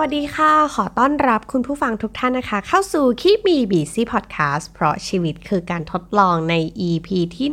วัสดีค่ะขอต้อนรับคุณผู้ฟังทุกท่านนะคะเข้าสู่ Keep Me Busy Podcast เพราะชีวิตคือการทดลองใน EP ที่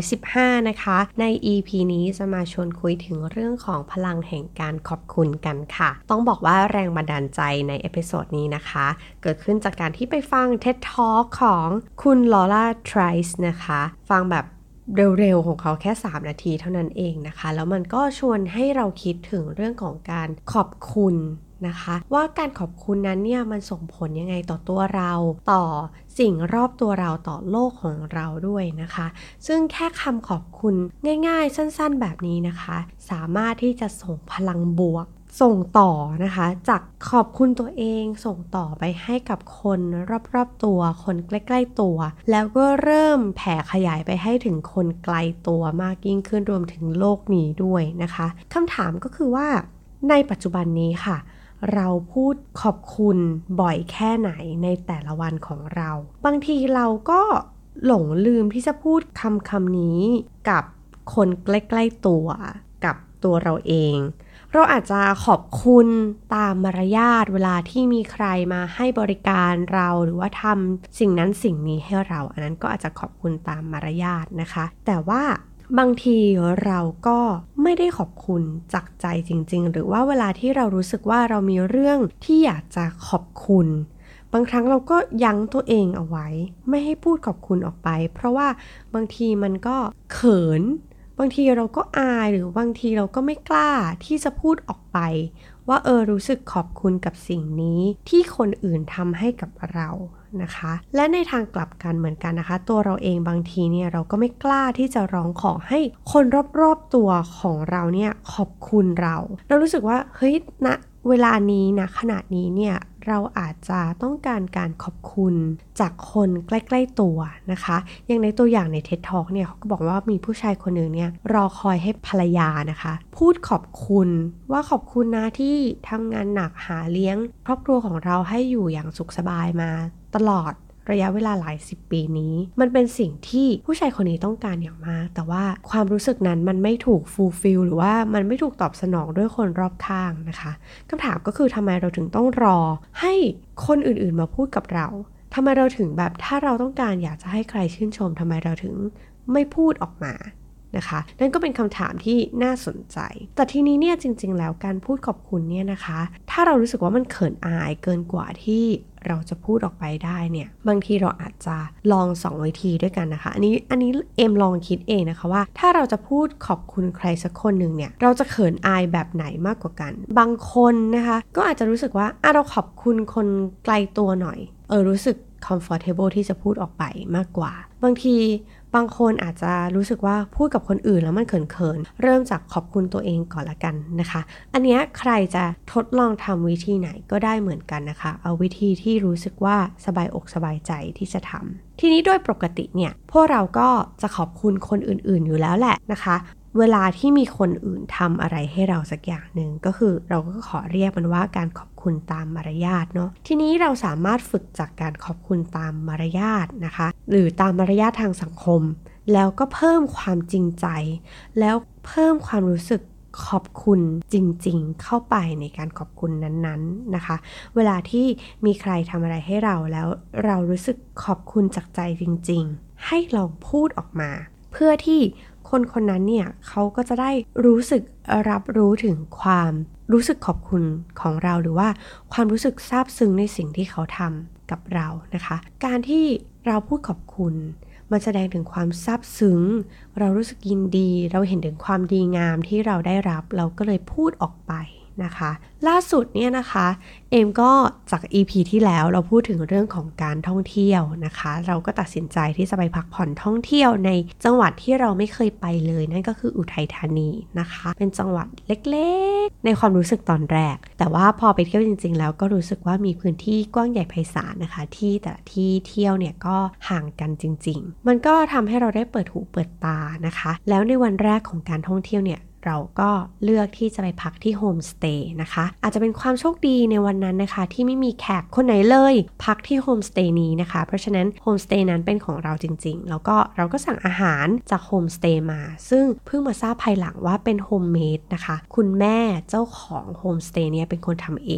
115นะคะใน EP นี้จะมาชวนคุยถึงเรื่องของพลังแห่งการขอบคุณกันค่ะต้องบอกว่าแรงบันดาลใจในเอพิโซดนี้นะคะเกิดขึ้นจากการที่ไปฟัง TED Talk ของคุณลอร่า ไทรส์นะคะฟังแบบเร็วๆของเขาแค่3นาทีเท่านั้นเองนะคะแล้วมันก็ชวนให้เราคิดถึงเรื่องของการขอบคุณนะคะว่าการขอบคุณนั้นเนี่ยมันส่งผลยังไงต่อตัวเราต่อสิ่งรอบตัวเราต่อโลกของเราด้วยนะคะซึ่งแค่คำขอบคุณง่ายๆสั้นๆแบบนี้นะคะสามารถที่จะส่งพลังบวกส่งต่อนะคะจากขอบคุณตัวเองส่งต่อไปให้กับคนรอบๆตัวคนใกล้ๆตัวแล้วก็เริ่มแผ่ขยายไปให้ถึงคนไกลตัวมากยิ่งขึ้นรวมถึงโลกนี้ด้วยนะคะคำถามก็คือว่าในปัจจุบันนี้ค่ะเราพูดขอบคุณบ่อยแค่ไหนในแต่ละวันของเราบางทีเราก็หลงลืมที่จะพูดคำนี้กับคนใกล้ๆตัวกับตัวเราเองเราอาจจะขอบคุณตามมารยาทเวลาที่มีใครมาให้บริการเราหรือว่าทำสิ่งนั้นสิ่งนี้ให้เราอันนั้นก็อาจจะขอบคุณตามมารยาทนะคะแต่ว่าบางทีเราก็ไม่ได้ขอบคุณจากใจจริงๆหรือว่าเวลาที่เรารู้สึกว่าเรามีเรื่องที่อยากจะขอบคุณบางครั้งเราก็ยั้งตัวเองเอาไว้ไม่ให้พูดขอบคุณออกไปเพราะว่าบางทีมันก็เขินบางทีเราก็อายหรือบางทีเราก็ไม่กล้าที่จะพูดออกไปว่ารู้สึกขอบคุณกับสิ่งนี้ที่คนอื่นทำให้กับเรานะคะและในทางกลับกันเหมือนกันนะคะตัวเราเองบางทีเนี่ยเราก็ไม่กล้าที่จะร้องขอให้คนรอบๆตัวของเราเนี่ยขอบคุณเรารู้สึกว่าเฮ้ยณเวลานี้นะขณะนี้เนี่ยเราอาจจะต้องการขอบคุณจากคนใกล้ๆตัวนะคะอย่างในตัวอย่างใน TED Talk เนี่ยเขาก็บอกว่ามีผู้ชายคนหนึ่งเนี่ยรอคอยให้ภรรยานะคะพูดขอบคุณว่าขอบคุณนะที่ทำงานหนักหาเลี้ยงครอบครัวของเราให้อยู่อย่างสุขสบายมาตลอดระยะเวลาหลาย10 ปีนี้มันเป็นสิ่งที่ผู้ชายคนนี้ต้องการอย่างมากแต่ว่าความรู้สึกนั้นมันไม่ถูกฟูลฟิลหรือว่ามันไม่ถูกตอบสนองด้วยคนรอบข้างนะคะคำถามก็คือทำไมเราถึงต้องรอให้คนอื่นๆมาพูดกับเราทำไมเราถึงแบบถ้าเราต้องการอยากจะให้ใครชื่นชมทำไมเราถึงไม่พูดออกมานะคะนั่นก็เป็นคำถามที่น่าสนใจแต่ทีนี้เนี่ยจริงๆแล้วการพูดขอบคุณเนี่ยนะคะถ้าเรารู้สึกว่ามันเขินอายเกินกว่าที่เราจะพูดออกไปได้เนี่ยบางทีเราอาจจะลอง2วิธีด้วยกันนะคะอันนี้เอ็มลองคิดเองนะคะว่าถ้าเราจะพูดขอบคุณใครสักคนหนึ่งเนี่ยเราจะเขินอายแบบไหนมากกว่ากันบางคนนะคะก็อาจจะรู้สึกว่าเราขอบคุณคนไกลตัวหน่อยรู้สึก comfortable ที่จะพูดออกไปมากกว่าบางทีบางคนอาจจะรู้สึกว่าพูดกับคนอื่นแล้วมันเขินๆเริ่มจากขอบคุณตัวเองก่อนละกันนะคะอันนี้ใครจะทดลองทำวิธีไหนก็ได้เหมือนกันนะคะเอาวิธีที่รู้สึกว่าสบายอกสบายใจที่จะทำทีนี้โดยปกติเนี่ยพวกเราก็จะขอบคุณคนอื่นๆอยู่แล้วแหละนะคะเวลาที่มีคนอื่นทำอะไรให้เราสักอย่างหนึ่งก็คือเราก็ขอเรียกมันว่าการขอบคุณตามมารยาทเนาะทีนี้เราสามารถฝึกจากการขอบคุณตามมารยาทนะคะหรือตามมารยาททางสังคมแล้วก็เพิ่มความจริงใจแล้วเพิ่มความรู้สึกขอบคุณจริงๆเข้าไปในการขอบคุณนั้นๆนะคะเวลาที่มีใครทำอะไรให้เราแล้วเรารู้สึกขอบคุณจากใจจริงๆให้ลองพูดออกมาเพื่อที่คนนั้นเนี่ยเขาก็จะได้รู้สึกรับรู้ถึงความรู้สึกขอบคุณของเราหรือว่าความรู้สึกซาบซึ้งในสิ่งที่เขาทำกับเรานะคะการที่เราพูดขอบคุณมันแสดงถึงความซาบซึ้งเรารู้สึกยินดีเราเห็นถึงความดีงามที่เราได้รับเราก็เลยพูดออกไปนะคะล่าสุดเนี่ยนะคะเอมก็จาก EP ที่แล้วเราพูดถึงเรื่องของการท่องเที่ยวนะคะเราก็ตัดสินใจที่จะไปพักผ่อนท่องเที่ยวในจังหวัดที่เราไม่เคยไปเลยนั่นก็คืออุทัยธานีนะคะเป็นจังหวัดเล็กๆในความรู้สึกตอนแรกแต่ว่าพอไปเที่ยวจริงๆแล้วก็รู้สึกว่ามีพื้นที่กว้างใหญ่ไพศาลนะคะที่แต่ละที่เที่ยวเนี่ยก็ห่างกันจริงๆมันก็ทำให้เราได้เปิดหูเปิดตานะคะแล้วในวันแรกของการท่องเที่ยวเนี่ยเราก็เลือกที่จะไปพักที่โฮมสเตย์นะคะอาจจะเป็นความโชคดีในวันนั้นนะคะที่ไม่มีแขกคนไหนเลยพักที่โฮมสเตย์นี้นะคะเพราะฉะนั้นโฮมสเตย์นั้นเป็นของเราจริงๆแล้วก็เราก็สั่งอาหารจากโฮมสเตย์มาซึ่งเพิ่งมาทราบภายหลังว่าเป็นโฮมเมดนะคะคุณแม่เจ้าของโฮมสเตย์เนี่ยเป็นคนทำเอง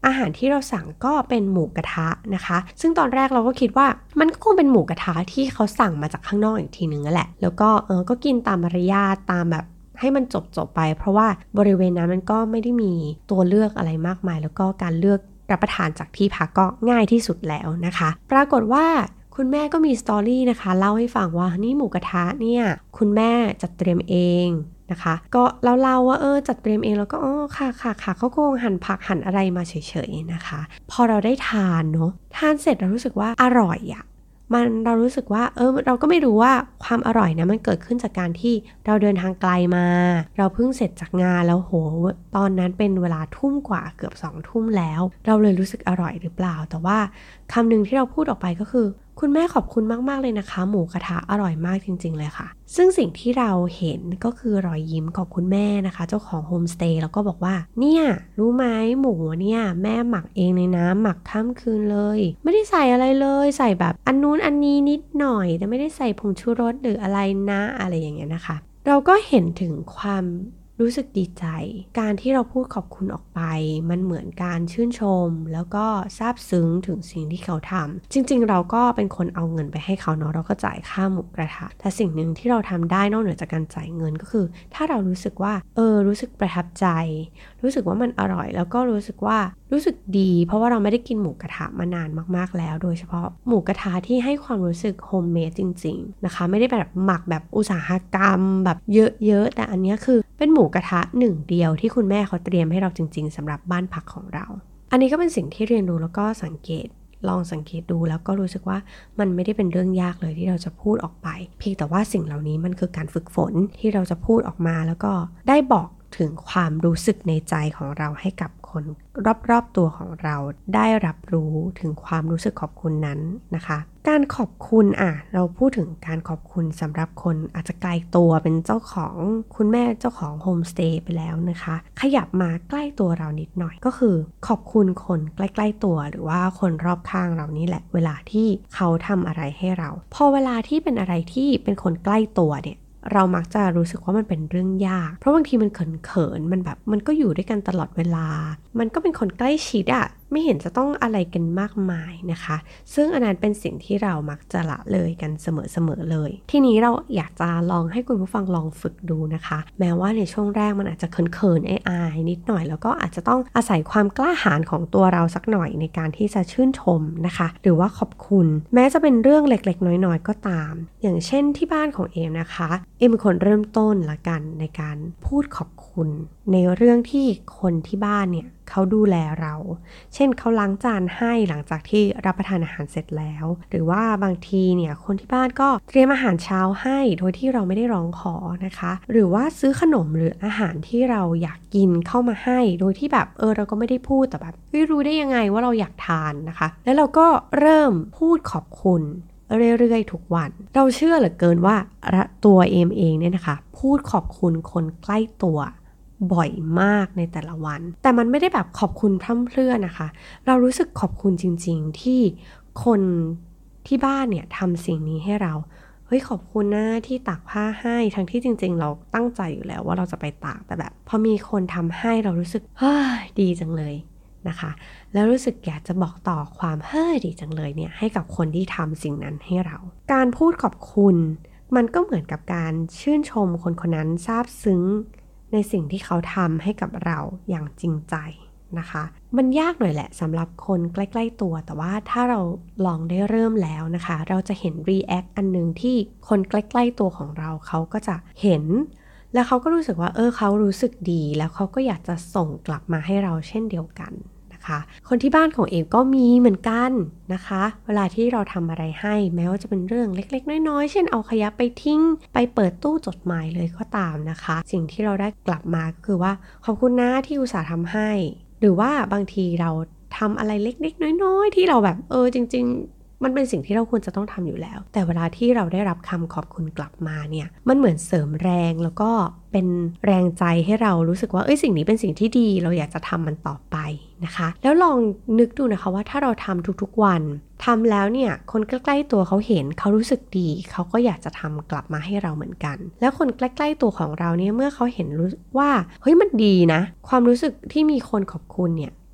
อาหารที่เราสั่งก็เป็นหมูกระทะนะคะซึ่งตอนแรกเราก็คิดว่ามันก็คงเป็นหมูกระทะที่เขาสั่งมาจากข้างนอกอีกทีนึงนั่นแหละแล้วก็ก็กินตามมารยาทตามแบบให้มันจบไปเพราะว่าบริเวณนั้นมันก็ไม่ได้มีตัวเลือกอะไรมากมายแล้วก็การเลือกรับประทานจากที่พักก็ง่ายที่สุดแล้วนะคะปรากฏว่าคุณแม่ก็มีสตอรี่นะคะเล่าให้ฟังว่านี่หมูกระทะเนี่ยคุณแม่จัดเตรียมเองนะคะก็เราว่าจัดเตรียมเองแล้วก็ค่ะเขาคงหั่นผักหั่นอะไรมาเฉยๆนะคะพอเราได้ทานเนาะทานเสร็จเรารู้สึกว่าอร่อยอะเรารู้สึกว่าเราก็ไม่รู้ว่าความอร่อยนะมันเกิดขึ้นจากการที่เราเดินทางไกลมาเราเพิ่งเสร็จจากงานแล้วโหตอนนั้นเป็นเวลาทุ่มกว่าเกือบ2 ทุ่มแล้วเราเลยรู้สึกอร่อยหรือเปล่าแต่ว่าคำนึงที่เราพูดออกไปก็คือคุณแม่ขอบคุณมากๆเลยนะคะหมูกระทะอร่อยมากจริงๆเลยค่ะซึ่งสิ่งที่เราเห็นก็คือรอยยิ้มของคุณแม่นะคะเจ้าของโฮมสเตย์แล้วก็บอกว่าเนี่ยรู้ไหมหมูเนี่ยแม่หมักเองในน้ำหมักข้ามคืนเลยไม่ได้ใส่อะไรเลยใส่แบบอันนู้นอันนี้นิดหน่อยแต่ไม่ได้ใส่ผงชูรสหรืออะไรนะอะไรอย่างเงี้ยนะคะเราก็เห็นถึงความรู้สึกดีใจการที่เราพูดขอบคุณออกไปมันเหมือนการชื่นชมแล้วก็ซาบซึ้งถึงสิ่งที่เขาทำจริงๆเราก็เป็นคนเอาเงินไปให้เขาเนาะเราก็จ่ายค่าหมูกระทะแต่สิ่งหนึ่งที่เราทำได้นอกเหนือจากการจ่ายเงินก็คือถ้าเรารู้สึกว่ารู้สึกประทับใจรู้สึกว่ามันอร่อยแล้วก็รู้สึกว่ารู้สึกดีเพราะว่าเราไม่ได้กินหมูกระทะมานานมากๆแล้วโดยเฉพาะหมูกระทะที่ให้ความรู้สึกโฮมเมดจริงๆนะคะไม่ได้แบบหมักแบบอุตสาหกรรมแบบเยอะๆแต่อันนี้คือเป็นหมูกระทะหนึ่งเดียวที่คุณแม่เขาเตรียมให้เราจริงๆสำหรับบ้านพักของเราอันนี้ก็เป็นสิ่งที่เรียนรู้แล้วก็ลองสังเกตดูแล้วก็รู้สึกว่ามันไม่ได้เป็นเรื่องยากเลยที่เราจะพูดออกไปเพียงแต่ว่าสิ่งเหล่านี้มันคือการฝึกฝนที่เราจะพูดออกมาแล้วก็ได้บอกถึงความรู้สึกในใจของเราให้กับคนรอบๆตัวของเราได้รับรู้ถึงความรู้สึกขอบคุณนั้นนะคะการขอบคุณเราพูดถึงการขอบคุณสำหรับคนอาจจะไกลตัวเป็นเจ้าของคุณแม่เจ้าของโฮมสเตย์ไปแล้วนะคะขยับมาใกล้ตัวเรานิดหน่อยก็คือขอบคุณคนใกล้ๆตัวหรือว่าคนรอบข้างเรานี่แหละเวลาที่เขาทำอะไรให้เราพอเวลาที่เป็นอะไรที่เป็นคนใกล้ตัวเนี่ยเรามักจะรู้สึกว่ามันเป็นเรื่องยากเพราะบางทีมันเขินมันแบบมันก็อยู่ด้วยกันตลอดเวลามันก็เป็นคนใกล้ชิดไม่เห็นจะต้องอะไรกันมากมายนะคะซึ่งอันนั้นเป็นสิ่งที่เรามักจะละเลยกันเสมอเลยทีนี้เราอยากจะลองให้คุณผู้ฟังลองฝึกดูนะคะแม้ว่าในช่วงแรกมันอาจจะเขินอายนิดหน่อยแล้วก็อาจจะต้องอาศัยความกล้าหาญของตัวเราสักหน่อยในการที่จะชื่นชมนะคะหรือว่าขอบคุณแม้จะเป็นเรื่องเล็กๆน้อยๆก็ตามอย่างเช่นที่บ้านของเอมนะคะเอมเป็นคนเริ่มต้นละกันในการพูดขอบคุณในเรื่องที่คนที่บ้านเนี่ยเขาดูแลเราเช่นเขาล้างจานให้หลังจากที่รับประทานอาหารเสร็จแล้วหรือว่าบางทีเนี่ยคนที่บ้านก็เตรียมอาหารเช้าให้โดยที่เราไม่ได้ร้องขอนะคะหรือว่าซื้อขนมหรืออาหารที่เราอยากกินเข้ามาให้โดยที่แบบเราก็ไม่ได้พูดแต่แบบรู้ได้ยังไงว่าเราอยากทานนะคะแล้วเราก็เริ่มพูดขอบคุณเรื่อยๆทุกวันเราเชื่อเหลือเกินว่าตัวเองเนี่ยนะคะพูดขอบคุณคนใกล้ตัวบ่อยมากในแต่ละวันแต่มันไม่ได้แบบขอบคุณพร่ำเพรื่อนะคะเรารู้สึกขอบคุณจริงๆที่คนที่บ้านเนี่ยทำสิ่งนี้ให้เราขอบคุณนะที่ตากผ้าให้ทั้งที่จริงๆเราตั้งใจอยู่แล้วว่าเราจะไปตากแต่แบบพอมีคนทำให้เรารู้สึกดีจังเลยนะคะแล้วรู้สึกอยากจะบอกต่อความดีจังเลยเนี่ยให้กับคนที่ทำสิ่งนั้นให้เราการพูดขอบคุณมันก็เหมือนกับการชื่นชมคนคนนั้นซาบซึ้งในสิ่งที่เขาทำให้กับเราอย่างจริงใจนะคะมันยากหน่อยแหละสำหรับคนใกล้ๆตัวแต่ว่าถ้าเราลองได้เริ่มแล้วนะคะเราจะเห็น react อันนึงที่คนใกล้ๆตัวของเราเขาก็จะเห็นแล้วเขาก็รู้สึกว่าเขารู้สึกดีแล้วเขาก็อยากจะส่งกลับมาให้เราเช่นเดียวกันนะคะคนที่บ้านของเอมก็มีเหมือนกันนะคะเวลาที่เราทำอะไรให้แม้ว่าจะเป็นเรื่องเล็กๆน้อยๆเช่นเอาขยะไปทิ้งไปเปิดตู้จดหมายเลยก็ตามนะคะสิ่งที่เราได้กลับมาก็คือว่าขอบคุณนะที่อุตส่าห์ทำให้หรือว่าบางทีเราทำอะไรเล็กๆน้อยๆที่เราแบบจริงๆมันเป็นสิ่งที่เราควรจะต้องทำอยู่แล้วแต่เวลาที่เราได้รับคำขอบคุณกลับมาเนี่ยมันเหมือนเสริมแรงแล้วก็เป็นแรงใจให้เรารู้สึกว่าสิ่งนี้เป็นสิ่งที่ดีเราอยากจะทำมันต่อไปนะคะแล้วลองนึกดูนะคะว่าถ้าเราทำทุกๆวันทำแล้วเนี่ยคนใกล้ๆตัวเขาเห็นเขารู้สึกดีเขาก็อยากจะทำกลับมาให้เราเหมือนกันแล้วคนใกล้ๆตัวของเราเนี่ยเมื่อเขาเห็นรู้ว่ามันดีนะความรู้สึกที่มีคนขอบคุณเนี่ย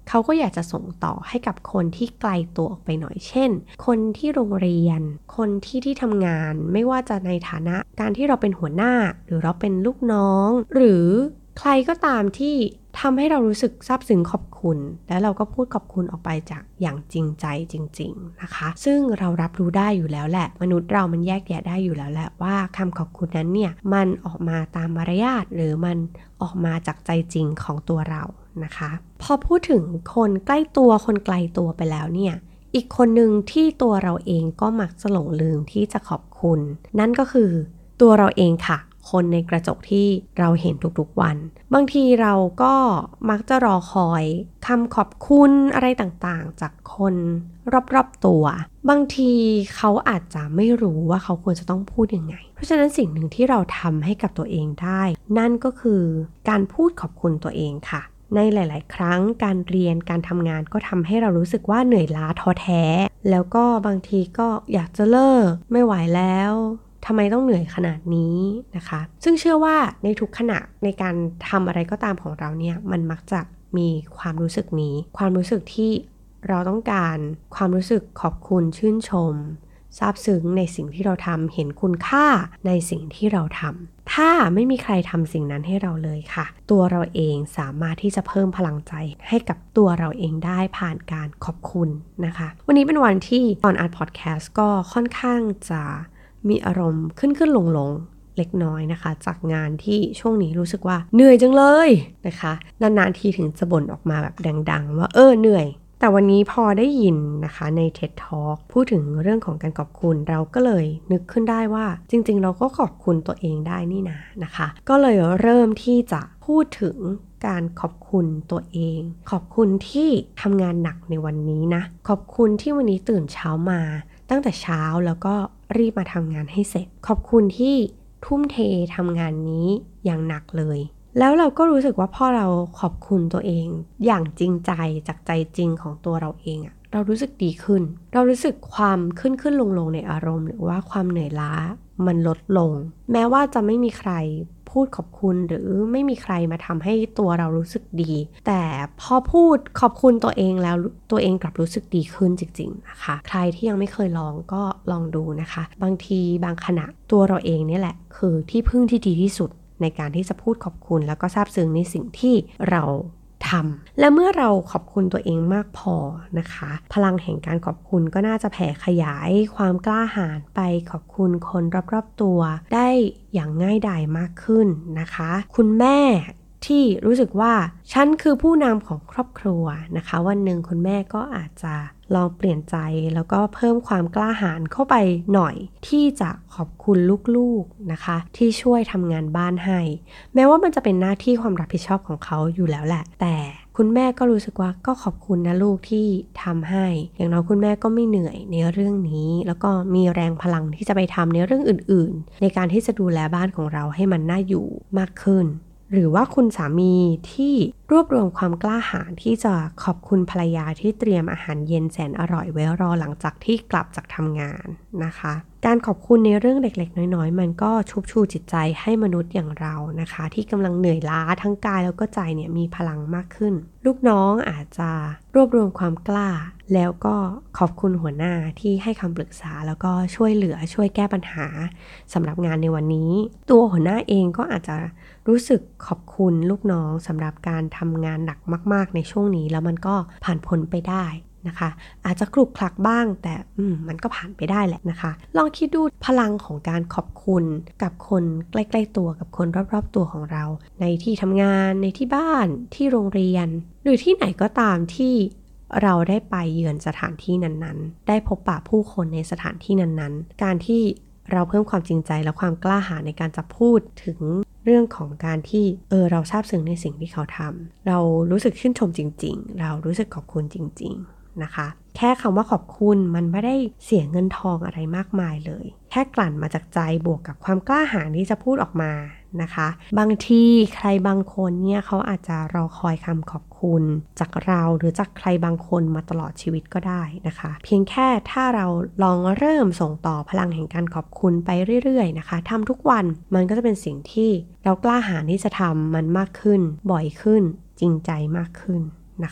เขาก็อยากจะส่งต่อให้กับคนที่ไกลตัวออกไปหน่อยเช่นคนที่โรงเรียนคนที่ทำงานไม่ว่าจะในฐานะการที่เราเป็นหัวหน้าหรือเราเป็นลูกน้องหรือใครก็ตามที่ทำให้เรารู้สึกซาบซึ้งขอบคุณแล้วเราก็พูดขอบคุณออกไปจากอย่างจริงใจจริงๆนะคะซึ่งเรารับรู้ได้อยู่แล้วแหละมนุษย์เรามันแยกแยะได้อยู่แล้วแหละว่าคำขอบคุณนั้นเนี่ยมันออกมาตามมารยาทหรือมันออกมาจากใจจริงของตัวเรานะคะพอพูดถึงคนใกล้ตัวคนไกลตัวไปแล้วเนี่ยอีกคนหนึ่งที่ตัวเราเองก็มักจะหลงลืมที่จะขอบคุณนั่นก็คือตัวเราเองค่ะคนในกระจกที่เราเห็นทุกๆวันบางทีเราก็มักจะรอคอยคำขอบคุณอะไรต่างๆจากคนรอบๆตัวบางทีเขาอาจจะไม่รู้ว่าเขาควรจะต้องพูดยังไงเพราะฉะนั้นสิ่งหนึ่งที่เราทำให้กับตัวเองได้นั่นก็คือการพูดขอบคุณตัวเองค่ะในหลายๆครั้งการเรียนการทำงานก็ทำให้เรารู้สึกว่าเหนื่อยล้าท้อแท้แล้วก็บางทีก็อยากจะเลิกไม่ไหวแล้วทำไมต้องเหนื่อยขนาดนี้นะคะซึ่งเชื่อว่าในทุกขณะในการทำอะไรก็ตามของเราเนี่ยมันมักจะมีความรู้สึกนี้ความรู้สึกที่เราต้องการความรู้สึกขอบคุณชื่นชมซาบซึ้งในสิ่งที่เราทำเห็นคุณค่าในสิ่งที่เราทำถ้าไม่มีใครทำสิ่งนั้นให้เราเลยค่ะตัวเราเองสามารถที่จะเพิ่มพลังใจให้กับตัวเราเองได้ผ่านการขอบคุณนะคะวันนี้เป็นวันที่ตอนอัดพอดแคสต์ก็ค่อนข้างจะมีอารมณ์ขึ้นลงเล็กน้อยนะคะจากงานที่ช่วงนี้รู้สึกว่าเหนื่อยจังเลยนะคะนานๆทีถึงจะบ่นออกมาแบบดังๆว่าเหนื่อยแต่วันนี้พอได้ยินนะคะใน TED Talk พูดถึงเรื่องของการขอบคุณเราก็เลยนึกขึ้นได้ว่าจริงๆเราก็ขอบคุณตัวเองได้นี่นะนะคะก็เลยเริ่มที่จะพูดถึงการขอบคุณตัวเองขอบคุณที่ทำงานหนักในวันนี้นะขอบคุณที่วันนี้ตื่นเช้ามาตั้งแต่เช้าแล้วก็รีบมาทำงานให้เสร็จขอบคุณที่ทุ่มเททำงานนี้อย่างหนักเลยแล้วเราก็รู้สึกว่าพอเราขอบคุณตัวเองอย่างจริงใจจากใจจริงของตัวเราเองอะเรารู้สึกดีขึ้นเรารู้สึกความขึ้นลงในอารมณ์หรือว่าความเหนื่อยล้ามันลดลงแม้ว่าจะไม่มีใครพูดขอบคุณหรือไม่มีใครมาทำให้ตัวเรารู้สึกดีแต่พอพูดขอบคุณตัวเองแล้วตัวเองกลับรู้สึกดีขึ้นจริงๆนะคะใครที่ยังไม่เคยลองก็ลองดูนะคะบางทีบางขณะตัวเราเองนี่แหละคือที่พึ่งที่ดีที่สุดในการที่จะพูดขอบคุณแล้วก็ซาบซึ้งในสิ่งที่เราทำและเมื่อเราขอบคุณตัวเองมากพอนะคะพลังแห่งการขอบคุณก็น่าจะแผ่ขยายความกล้าหาญไปขอบคุณคนรอบๆตัวได้อย่างง่ายดายมากขึ้นนะคะคุณแม่ที่รู้สึกว่าฉันคือผู้นำของครอบครัวนะคะวันหนึ่งคุณแม่ก็อาจจะลองเปลี่ยนใจแล้วก็เพิ่มความกล้าหาญเข้าไปหน่อยที่จะขอบคุณลูกๆนะคะที่ช่วยทำงานบ้านให้แม้ว่ามันจะเป็นหน้าที่ความรับผิดชอบของเขาอยู่แล้วแหละแต่คุณแม่ก็รู้สึกว่าก็ขอบคุณนะลูกที่ทำให้อย่างน้อยคุณแม่ก็ไม่เหนื่อยในเรื่องนี้แล้วก็มีแรงพลังที่จะไปทำในเรื่องอื่นๆในการที่จะดูแลบ้านของเราให้มันน่าอยู่มากขึ้นหรือว่าคุณสามีที่รวบรวมความกล้าหาญที่จะขอบคุณภรรยาที่เตรียมอาหารเย็นแสนอร่อยไว้รอหลังจากที่กลับจากทำงานนะคะการขอบคุณในเรื่องเล็กๆน้อยๆมันก็ชุบชูจิตใจให้มนุษย์อย่างเรานะคะที่กำลังเหนื่อยล้าทั้งกายแล้วก็ใจเนี่ยมีพลังมากขึ้นลูกน้องอาจจะรวบรวมความกล้าแล้วก็ขอบคุณหัวหน้าที่ให้คำปรึกษาแล้วก็ช่วยเหลือช่วยแก้ปัญหาสำหรับงานในวันนี้ตัวหัวหน้าเองก็อาจจะรู้สึกขอบคุณลูกน้องสำหรับการทำงานหนักมากๆในช่วงนี้แล้วมันก็ผ่านพ้นไปได้นะคะอาจจะคลุกคลักบ้างแต่มันก็ผ่านไปได้แหละนะคะลองคิดดูพลังของการขอบคุณกับคนใกล้ๆตัวกับคนรอบๆตัวของเราในที่ทำงานในที่บ้านที่โรงเรียนหรือที่ไหนก็ตามที่เราได้ไปเยือนสถานที่นั้นๆได้พบปะผู้คนในสถานที่นั้นๆการที่เราเพิ่มความจริงใจและความกล้าหาญในการจะพูดถึงเรื่องของการที่เราซาบซึ้งในสิ่งที่เขาทำเรารู้สึกชื่นชมจริงๆเรารู้สึกขอบคุณจริงๆนะคะแค่คำว่าขอบคุณมันไม่ได้เสียเงินทองอะไรมากมายเลยแค่กลั่นมาจากใจบวกกับความกล้าหาญที่จะพูดออกมานะคะบางทีใครบางคนเนี่ยเขาอาจจะรอคอยคำขอบคุณจากเราหรือจากใครบางคนมาตลอดชีวิตก็ได้นะคะเพียงแค่ถ้าเราลองเริ่มส่งต่อพลังแห่งการขอบคุณไปเรื่อยๆนะคะทำทุกวันมันก็จะเป็นสิ่งที่เรากล้าหาญที่จะทำมันมากขึ้นบ่อยขึ้นจริงใจมากขึ้นนะคะ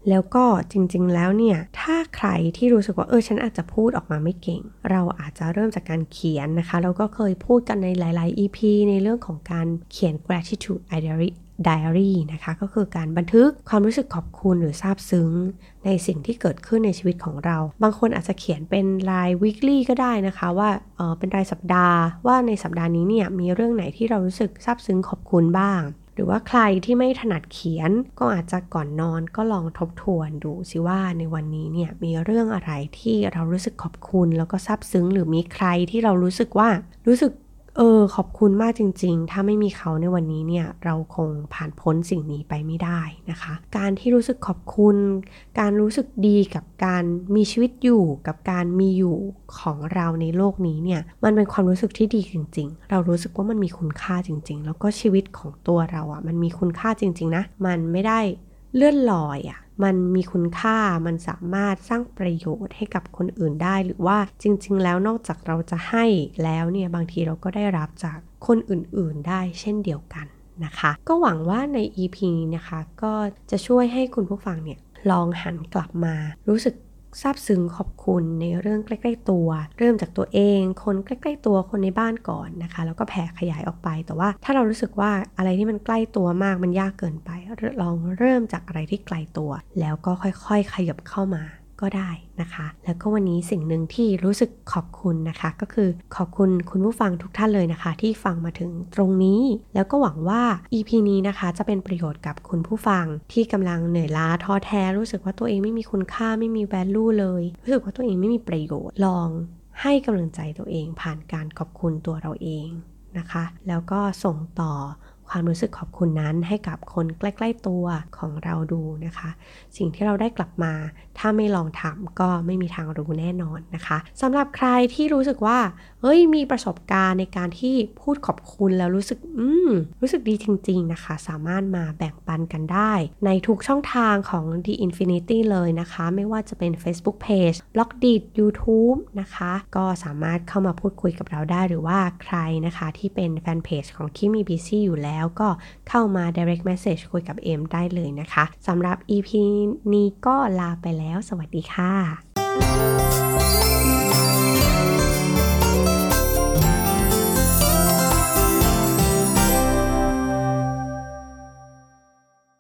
แล้วก็จริงๆแล้วเนี่ยถ้าใครที่รู้สึกว่าฉันอาจจะพูดออกมาไม่เก่งเราอาจจะเริ่มจากการเขียนนะคะเราก็เคยพูดกันในหลายๆ EP ในเรื่องของการเขียน gratitude diary นะคะก็คือการบันทึกความรู้สึกขอบคุณหรือซาบซึ้งในสิ่งที่เกิดขึ้นในชีวิตของเราบางคนอาจจะเขียนเป็นราย weekly ก็ได้นะคะว่าเป็นรายสัปดาห์ว่าในสัปดาห์นี้เนี่ยมีเรื่องไหนที่เรารู้สึกซาบซึ้งขอบคุณบ้างหรือว่าใครที่ไม่ถนัดเขียนก็อาจจะก่อนนอนก็ลองทบทวนดูสิว่าในวันนี้เนี่ยมีเรื่องอะไรที่เรารู้สึกขอบคุณแล้วก็ซาบซึ้งหรือมีใครที่เรารู้สึกขอบคุณมากจริงๆถ้าไม่มีเขาในวันนี้เนี่ยเราคงผ่านพ้นสิ่งนี้ไปไม่ได้นะคะการที่รู้สึกขอบคุณการรู้สึกดีกับการมีชีวิตอยู่กับการมีอยู่ของเราในโลกนี้เนี่ยมันเป็นความรู้สึกที่ดีจริงๆเรารู้สึกว่ามันมีคุณค่าจริงๆแล้วก็ชีวิตของตัวเราอ่ะมันมีคุณค่าจริงๆนะมันไม่ได้เลื่อนลอยอ่ะมันมีคุณค่ามันสามารถสร้างประโยชน์ให้กับคนอื่นได้หรือว่าจริงๆแล้วนอกจากเราจะให้แล้วเนี่ยบางทีเราก็ได้รับจากคนอื่นๆได้เช่นเดียวกันนะคะก็หวังว่าใน EP นี้นะคะก็จะช่วยให้คุณผู้ฟังเนี่ยลองหันกลับมารู้สึกซาบซึ้งขอบคุณในเรื่องใกล้ๆตัวเริ่มจากตัวเองคนใกล้ๆตัวคนในบ้านก่อนนะคะแล้วก็แผ่ขยายออกไปแต่ว่าถ้าเรารู้สึกว่าอะไรที่มันใกล้ตัวมากมันยากเกินไปลองเริ่มจากอะไรที่ไกลตัวแล้วก็ค่อยๆขยับเข้ามาก็ได้นะคะแล้วก็วันนี้สิ่งหนึ่งที่รู้สึกขอบคุณนะคะก็คือขอบคุณคุณผู้ฟังทุกท่านเลยนะคะที่ฟังมาถึงตรงนี้แล้วก็หวังว่า EP นี้นะคะจะเป็นประโยชน์กับคุณผู้ฟังที่กำลังเหนื่อยล้าท้อแท้รู้สึกว่าตัวเองไม่มีคุณค่าไม่มี value เลยรู้สึกว่าตัวเองไม่มีประโยชน์ลองให้กำลังใจตัวเองผ่านการขอบคุณตัวเราเองนะคะแล้วก็ส่งต่อความรู้สึกขอบคุณนั้นให้กับคนใกล้ๆตัวของเราดูนะคะสิ่งที่เราได้กลับมาถ้าไม่ลองทำก็ไม่มีทางรู้แน่นอนนะคะสำหรับใครที่รู้สึกว่ามีประสบการณ์ในการที่พูดขอบคุณแล้วรู้สึกดีจริงๆนะคะสามารถมาแบ่งปันกันได้ในทุกช่องทางของ The Infinity เลยนะคะไม่ว่าจะเป็น Facebook Page Blogdit YouTube นะคะก็สามารถเข้ามาพูดคุยกับเราได้หรือว่าใครนะคะที่เป็นแฟนเพจของคิมีบีซี่อยู่แล้วก็เข้ามา direct message คุยกับเอมได้เลยนะคะสำหรับ EP นี้ก็ลาไปแล้วสวัสดีค่ะ